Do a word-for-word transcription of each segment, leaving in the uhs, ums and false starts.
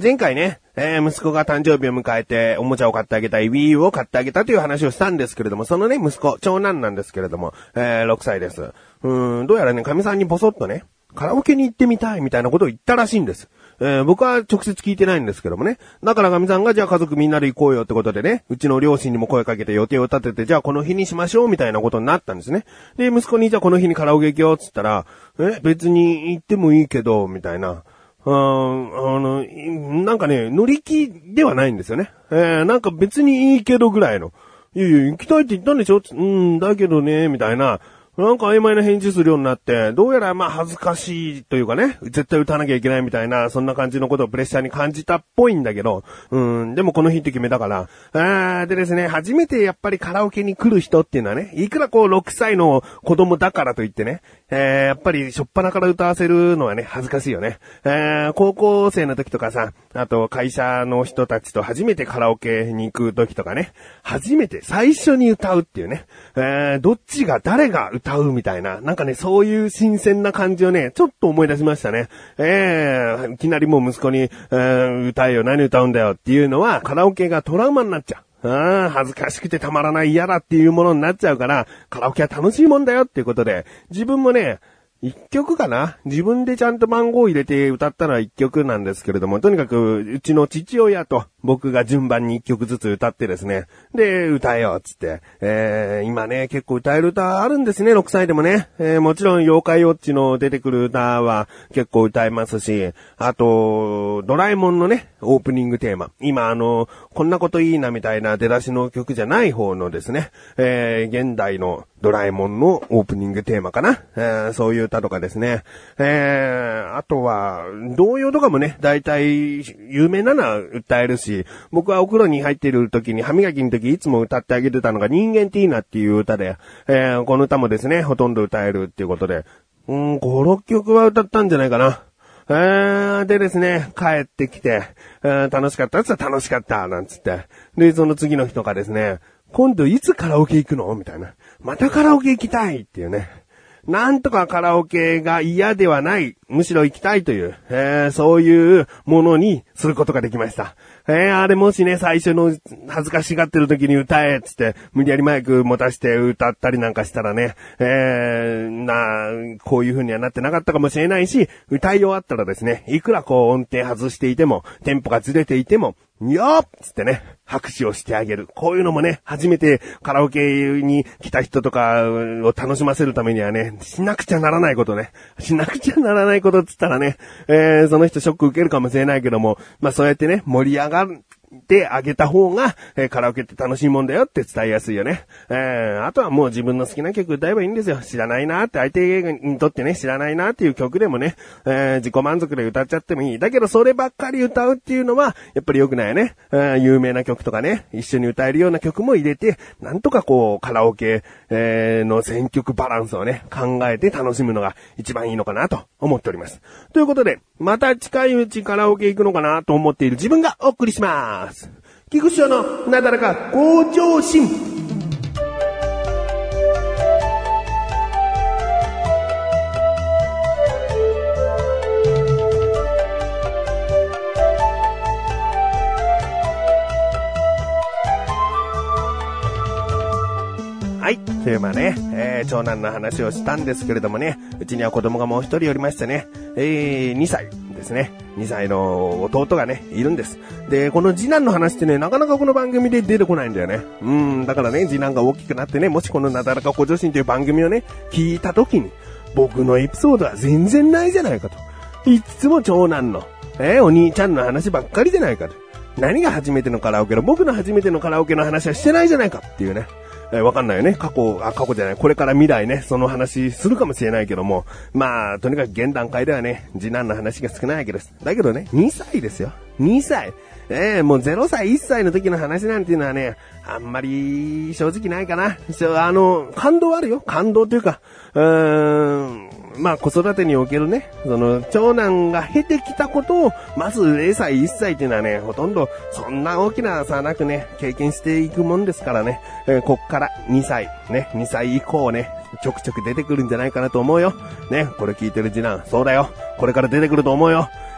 前回ね、えー、息子が誕生日を迎えて、おもちゃを買ってあげたい、Wii U を買ってあげたという話をしたんですけれども、そのね、息子、長男なんですけれども、えー、ろくさいです。うーん、どうやらね、神さんにボソッとね、カラオケに行ってみたいみたいなことを言ったらしいんです。えー、僕は直接聞いてないんですけどもね。だから神さんがじゃあ家族みんなで行こうよってことでね、うちの両親にも声かけて予定を立てて、じゃあこの日にしましょうみたいなことになったんですね。で、息子にじゃあこの日にカラオケ行けよって言ったら、え、別に行ってもいいけど、みたいな。ああの、なんかね、乗り気ではないんですよね。えー、なんか別にいいけどぐらいの。いやいや、行きたいって言ったんでしょうん、だけどね、みたいな。なんか曖昧な返事するようになって、どうやらまあ恥ずかしいというかね、絶対歌わなきゃいけないみたいな、そんな感じのことをプレッシャーに感じたっぽいんだけど、うん、でもこの日って決めたから、あーでですね、初めてやっぱりカラオケに来る人っていうのはね、いくらこうろくさいの子供だからといってね、えー、やっぱりしょっぱなから歌わせるのはね、恥ずかしいよね。えー、高校生の時とかさ、あと会社の人たちと初めてカラオケに行く時とかね、初めて最初に歌うっていうね、えー、どっちが誰が歌う歌うみたいな。なんかね、そういう新鮮な感じをね、ちょっと思い出しましたね。えー、いきなりもう息子に、えー、歌えよ、何歌うんだよっていうのは、カラオケがトラウマになっちゃう。ああ、恥ずかしくてたまらない嫌だっていうものになっちゃうから、カラオケは楽しいもんだよっていうことで、自分もね、一曲かな自分でちゃんと番号を入れて歌ったのは一曲なんですけれども、とにかく、うちの父親と僕が順番に一曲ずつ歌ってですね、で、歌えよ、つって、えー、今ね、結構歌える歌あるんですね、ろくさいでもね。えー、もちろん、妖怪ウォッチの出てくる歌は結構歌えますし、あと、ドラえもんのね、オープニングテーマ。今、あの、こんなこといいなみたいな出だしの曲じゃない方のですね、えー、現代のドラえもんのオープニングテーマかな、えー、そういう歌とかですね。えー、あとは、童謡とかもね、大体、有名なのは歌えるし、僕はお風呂に入っている時に、歯磨きの時いつも歌ってあげてたのが人間ティーナっていう歌で、えー、この歌もですね、ほとんど歌えるっていうことで、うーん、ご、ろっきょくは歌ったんじゃないかな。えー、でですね、帰ってきて、えー、楽しかったやつは楽しかった、なんつって。で、その次の日とかですね、今度いつカラオケ行くのみたいな。またカラオケ行きたいっていうね。なんとかカラオケが嫌ではない、むしろ行きたいという、えー、そういうものにすることができました。えー、あれもしね、最初の恥ずかしがってる時に歌え、つって、無理やりマイク持たして歌ったりなんかしたらね、えー、な、こういう風にはなってなかったかもしれないし、歌い終わったらですね、いくらこう音程外していても、テンポがずれていても、よーっつってね、拍手をしてあげる。こういうのもね、初めてカラオケに来た人とかを楽しませるためにはね、しなくちゃならないことね。しなくちゃならないことっつったらね、えー、その人ショック受けるかもしれないけども、まあそうやってね、盛り上がる。であげた方が、えー、カラオケって楽しいもんだよって伝えやすいよね。えー、あとはもう自分の好きな曲歌えばいいんですよ。知らないなって、相手にとってね、知らないなっていう曲でもね、えー、自己満足で歌っちゃってもいい。だけどそればっかり歌うっていうのは、やっぱり良くないよね。えー、有名な曲とかね、一緒に歌えるような曲も入れて、なんとかこう、カラオケ、えー、の選曲バランスをね、考えて楽しむのが一番いいのかなと思っております。ということで、また近いうちカラオケ行くのかなと思っている自分がお送りします。菊池のなだらか向上心。はい。というまね、えー、長男の話をしたんですけれどもね、うちには子供がもう一人おりましてね、えー、にさいですね。にさいの弟がね、いるんです。で、この次男の話ってね、なかなかこの番組で出てこないんだよね。うん、だからね、次男が大きくなってね、もしこのなだらか向上心という番組をね、聞いたときに、僕のエピソードは全然ないじゃないかと。いつも長男の、えー、お兄ちゃんの話ばっかりじゃないかと。何が初めてのカラオケの、僕の初めてのカラオケの話はしてないじゃないかっていうね。えー、わかんないよね。過去、あ、過去じゃない。これから未来ね、その話するかもしれないけども。まあ、とにかく現段階ではね、次男の話が少ないわけです。だけどね、にさいですよ。にさい。えー、もうゼロさい、いっさいの時の話なんていうのはね、あんまり正直ないかな。あの、感動あるよ。感動というか、うーん、まあ子育てにおけるね、その長男が経てきたことを、まずぜろさい、いっさいっていうのはね、ほとんどそんな大きな差なくね、経験していくもんですからね、えー、こっからにさい、ね、にさい以降ね、ちょくちょく出てくるんじゃないかなと思うよ。ね、これ聞いてる次男、そうだよ。これから出てくると思うよ。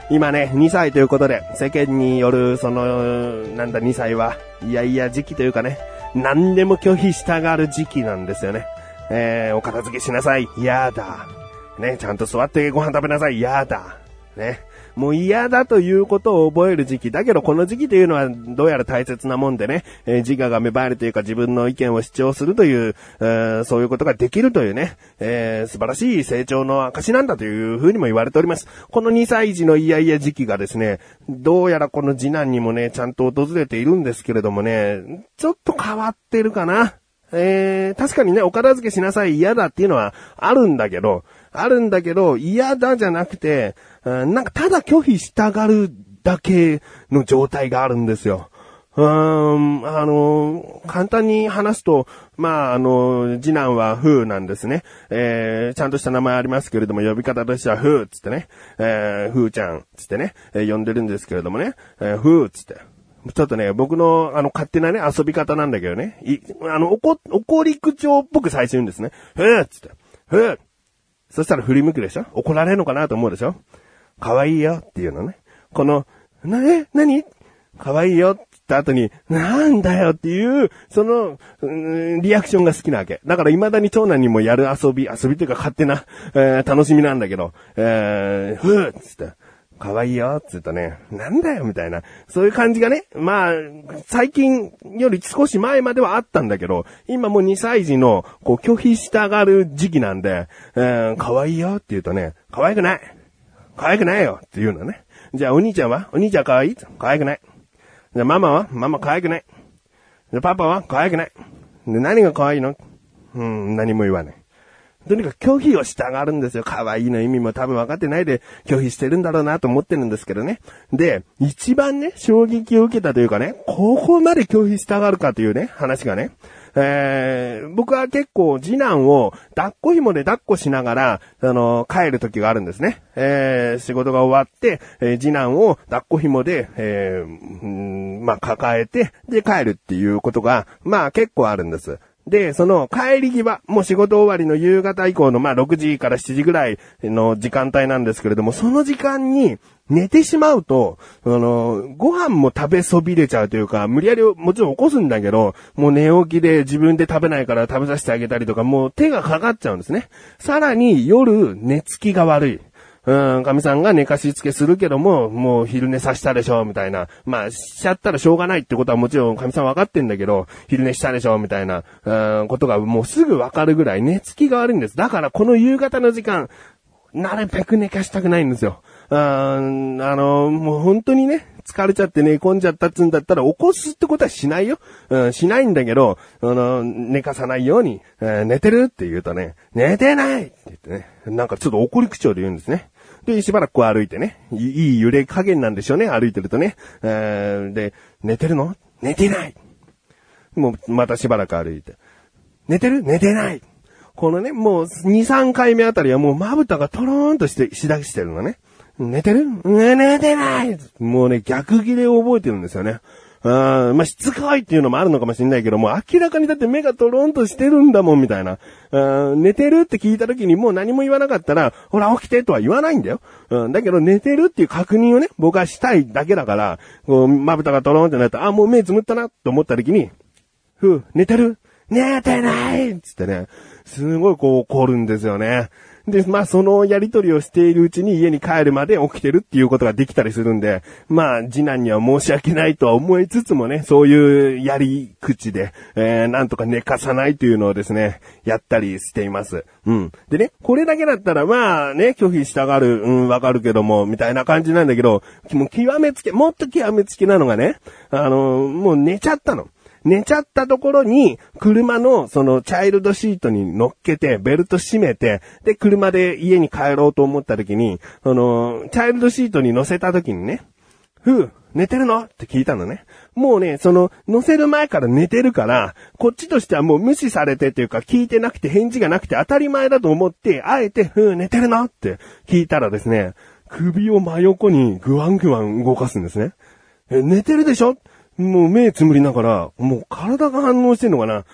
今ね、にさいということで、世間による、その、なんだにさいは、いやいや時期というかね、何でも拒否したがる時期なんですよね。えー、お片付けしなさい。やだ。ね、ちゃんと座ってご飯食べなさい。やだ。ね。もう嫌だということを覚える時期。だけどこの時期というのはどうやら大切なもんでね、えー、自我が芽生えるというか自分の意見を主張するという、えー、そういうことができるというね、えー、素晴らしい成長の証なんだというふうにも言われております。このにさい児のイヤイヤ時期がですね、どうやらこの次男にもね、ちゃんと訪れているんですけれどもね、ちょっと変わってるかな。えー、確かにね、お片付けしなさい嫌だっていうのはあるんだけど、あるんだけど、嫌だじゃなくて、うん、なんかただ拒否したがるだけの状態があるんですよ。うーん、あの、簡単に話すと、まあ、あの、次男はふーなんですね。えー、ちゃんとした名前ありますけれども、呼び方としてはふーっつってね、えー、ふーちゃんつってね、えー、呼んでるんですけれどもね、えー、ふーっつって。ちょっとね、僕の、あの、勝手なね、遊び方なんだけどね、い、あの、怒、怒り口調っぽく最初言うんですね。ふーっつって、ふー。そしたら振り向くでしょ？怒られるのかなと思うでしょ？可愛いよっていうのね。この、な、え、なに？可愛いよって言った後に、なんだよっていう、その、うーん、リアクションが好きなわけ。だから未だに長男にもやる遊び、遊びというか勝手な、えー、楽しみなんだけど、えー、ふーっつって、可愛いよって言うとね、なんだよみたいな、そういう感じがね、まあ、最近より少し前まではあったんだけど、今もうにさい児の、こう、拒否したがる時期なんで、えー、可愛いよって言うとね、可愛くない。可愛くないよって言うのね。じゃあお兄ちゃんはお兄ちゃん可愛い？可愛くない。じゃあママはママ可愛くない。じゃあパパは可愛くない。で、何が可愛いの？うん、何も言わない。とにかく拒否をしたがるんですよ。可愛いの意味も多分分かってないで拒否してるんだろうなと思ってるんですけどね。で、一番ね、衝撃を受けたというかね、ここまで拒否したがるかというね、話がね、えー、僕は結構次男を抱っこ紐で抱っこしながら、あの、帰る時があるんですね。えー、仕事が終わって、えー、次男を抱っこ紐で、えー、うん、まあ、抱えて、で、帰るっていうことが、まあ、結構あるんです。で、その帰り際、もう仕事終わりの夕方以降のまあろくじからしちじぐらいの時間帯なんですけれども、その時間に寝てしまうと、あの、ご飯も食べそびれちゃうというか、無理やりもちろん起こすんだけど、もう寝起きで自分で食べないから食べさせてあげたりとか、もう手がかかっちゃうんですね。さらに夜寝つきが悪い。うん、神さんが寝かしつけするけども、もう昼寝させたでしょ、みたいな。まあ、しちゃったらしょうがないってことはもちろん神さん分かってんだけど、昼寝したでしょ、みたいな、うん、ことがもうすぐ分かるぐらい寝つきが悪いんです。だからこの夕方の時間、なるべく寝かしたくないんですよ。うん、あの、もう本当にね、疲れちゃって寝込んじゃったっつうんだったら起こすってことはしないよ。うん、しないんだけど、あの、寝かさないように、えー、寝てるって言うとね、寝てないって言ってね、なんかちょっと怒り口調で言うんですね。で、しばらくこう歩いてね、いい揺れ加減なんでしょうね、歩いてるとね。えー、で、寝てるの？寝てない。もう、またしばらく歩いて。寝てる？寝てない。このね、もうに、さんかいめあたりはもうまぶたがトローンとして、しだしてるのね。寝てる？寝てない。もうね、逆切れを覚えてるんですよね。あまあ、しつこいっていうのもあるのかもしれないけども、明らかにだって目がトロンとしてるんだもん、みたいな。あ寝てるって聞いた時にもう何も言わなかったら、ほら起きてとは言わないんだよ。うん、だけど寝てるっていう確認をね、僕はしたいだけだから、こう、まぶたがトロンってなったら、あ、もう目つむったなと思った時に、ふう、寝てる？寝てないつってね、すごいこう怒るんですよね。で、まあそのやりとりをしているうちに家に帰るまで起きてるっていうことができたりするんで、まあ次男には申し訳ないとは思いつつもね、そういうやり口で、えー、なんとか寝かさないというのをですね、やったりしています。うん。でね、これだけだったらまあね、拒否したがる、うん、わかるけども、みたいな感じなんだけど、もう極めつけ、もっと極めつけなのがね、あのー、もう寝ちゃったの。寝ちゃったところに、車のそのチャイルドシートに乗っけて、ベルト締めて、で、車で家に帰ろうと思った時に、その、チャイルドシートに乗せた時にね、ふう、寝てるのって聞いたのね。もうね、その、乗せる前から寝てるから、こっちとしてはもう無視されてっていうか、聞いてなくて返事がなくて当たり前だと思って、あえて、ふう、寝てるのって聞いたらですね、首を真横にグワングワン動かすんですね。え、寝てるでしょ？もう目つむりながら、もう体が反応してんのかな。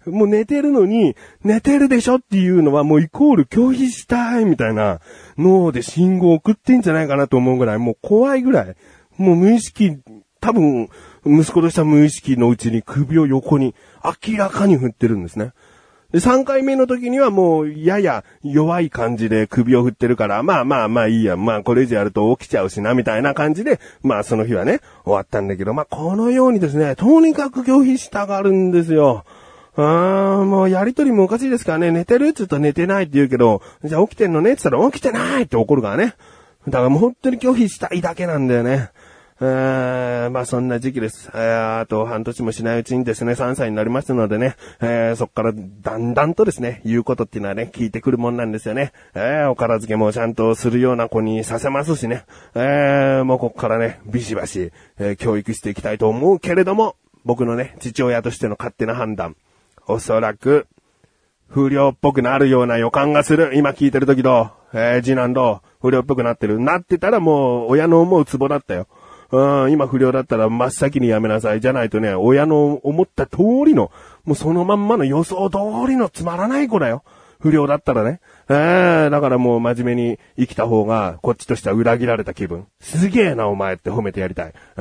もう寝てるのに、寝てるでしょっていうのはもうイコール拒否したいみたいな脳で信号を送ってんじゃないかなと思うぐらい、もう怖いぐらい、もう無意識、多分、息子とした無意識のうちに首を横に明らかに振ってるんですね。で、さんかいめの時にはもう、やや弱い感じで首を振ってるから、まあまあまあいいや、まあこれ以上やると起きちゃうしな、みたいな感じで、まあその日はね、終わったんだけど、まあこのようにですね、とにかく拒否したがるんですよ。あー、もうやりとりもおかしいですからね、寝てるって言うと寝てないって言うけど、じゃあ起きてんのねって言ったら起きてないって怒るからね。だからもう本当に拒否したいだけなんだよね。えー、まあそんな時期です。えー、あと半年もしないうちにですね、さんさいになりますのでね、えー、そっからだんだんとですね、言うことっていうのはね、聞いてくるもんなんですよね。えー、お片付けもちゃんとするような子にさせますしね。えー、もうこっからね、ビシバシ、えー、教育していきたいと思うけれども、僕のね、父親としての勝手な判断、おそらく、不良っぽくなるような予感がする。今聞いてる時どう？えー、次男どう？不良っぽくなってる。なってたらもう、親の思うツボだったよ。うん、今不良だったら真っ先にやめなさい。じゃないとね、親の思った通りの、もうそのまんまの予想通りのつまらない子だよ。不良だったらね。えー、だからもう真面目に生きた方が、こっちとしては裏切られた気分。すげえなお前って褒めてやりたい。うん。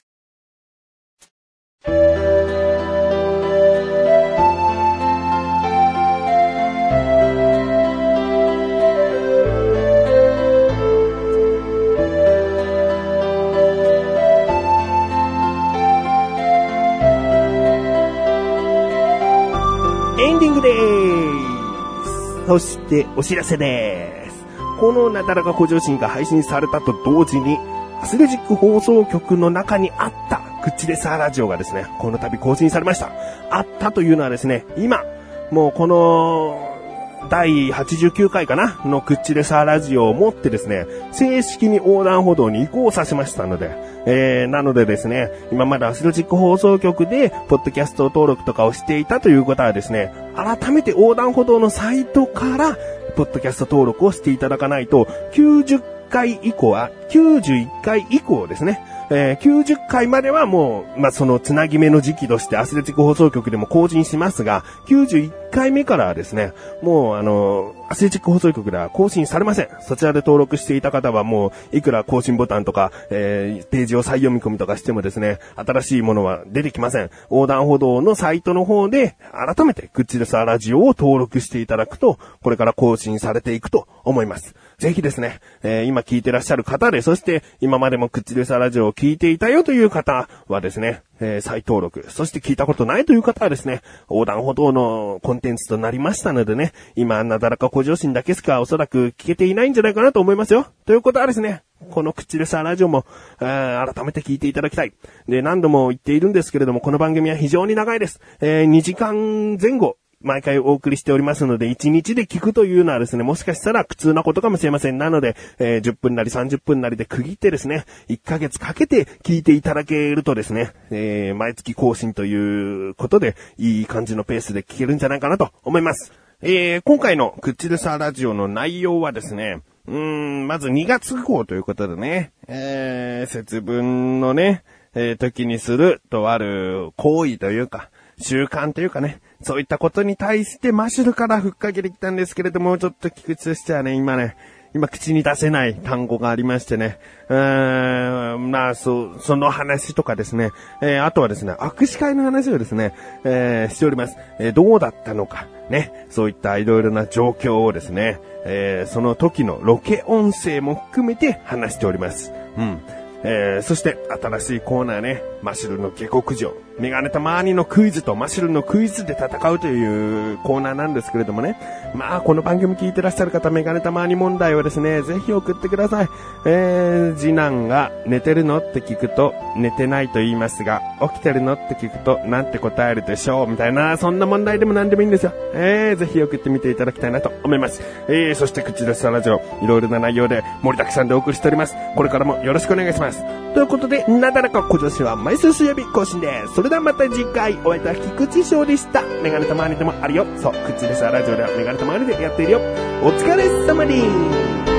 エンディングでーす。そしてお知らせでーす。このなだらか向上心が配信されたと同時に、アスレチック放送局の中にあったクッチレサーラジオがですね、この度更新されました。あったというのはですね、今、もうこのだいはちじゅうきゅうかいかなのクッチレサーラジオをもってですね、正式に横断歩道に移行させましたので、えー、なのでですね、今までアスレチック放送局でポッドキャスト登録とかをしていたという方はですね、改めて横断歩道のサイトからポッドキャスト登録をしていただかないと、きゅうじゅっかい以降はきゅうじゅういっかい以降ですね、えー、きゅうじゅっかいまではもう、まあ、そのつなぎ目の時期としてアスレチック放送局でも更新しますが、きゅうじゅういっかいめからはですね、もうあの、アスレチック放送局では更新されません。そちらで登録していた方はもう、いくら更新ボタンとか、えー、ページを再読み込みとかしてもですね、新しいものは出てきません。横断歩道のサイトの方で、改めてクッチレサーラジオを登録していただくと、これから更新されていくと思います。ぜひですね、えー、今聞いてらっしゃる方で、そして今までもクッチレサーラジオを聞いていたよという方はですね、えー、再登録、そして聞いたことないという方はですね、横断歩道のコンテンツとなりましたのでね、今なだらか向上心だけしかおそらく聞けていないんじゃないかなと思いますよ。ということはですね、このクッチレサーラジオも、えー、改めて聞いていただきたい。で、何度も言っているんですけれども、この番組は非常に長いです。えー、にじかんぜん後、毎回お送りしておりますので、いちにちで聞くというのはですね、もしかしたら苦痛なことかもしれません。なので、えー、じゅっぷんなりさんじゅっぷんなりで区切ってですね、いっかげつかけて聞いていただけるとですね、えー、毎月更新ということで、いい感じのペースで聞けるんじゃないかなと思います。えー、今回のクッチレサーラジオの内容はですね、うーん、まずにがつ号ということでね、えー、節分のね、えー、時にするとある行為というか、習慣というかね、そういったことに対してマシュルからふっかけてきたんですけれども、ちょっと菊池としてはね、今ね、今口に出せない単語がありましてね、うーん、まあ、そう、その話とかですね、えー、あとはですね、握手会の話をですね、えー、しております。えー、どうだったのか、ね、そういったいろいろな状況をですね、えー、その時のロケ音声も含めて話しております。うん。えー、そして新しいコーナーね、マシュルの下克上、メガネたまーにのクイズとマシュルのクイズで戦うというコーナーなんですけれどもね、まあこの番組聞いてらっしゃる方、メガネたまーに問題をですね、ぜひ送ってください。えー、次男が寝てるのって聞くと寝てないと言いますが、起きてるのって聞くとなんて答えるでしょうみたいな、そんな問題でも何でもいいんですよ。えー、ぜひ送ってみていただきたいなと思います。えー、そして口レスラジオ、いろいろな内容で盛りだくさんでお送りしております。これからもよろしくお願いします。ということで、なだらか向上心は毎週水曜日更新です。それではまた次回、お会いいたい菊池翔でした。メガネたまわりでもあるよ。そう、口レスラジオではメガネたまわりでやっているよ。お疲れ様です。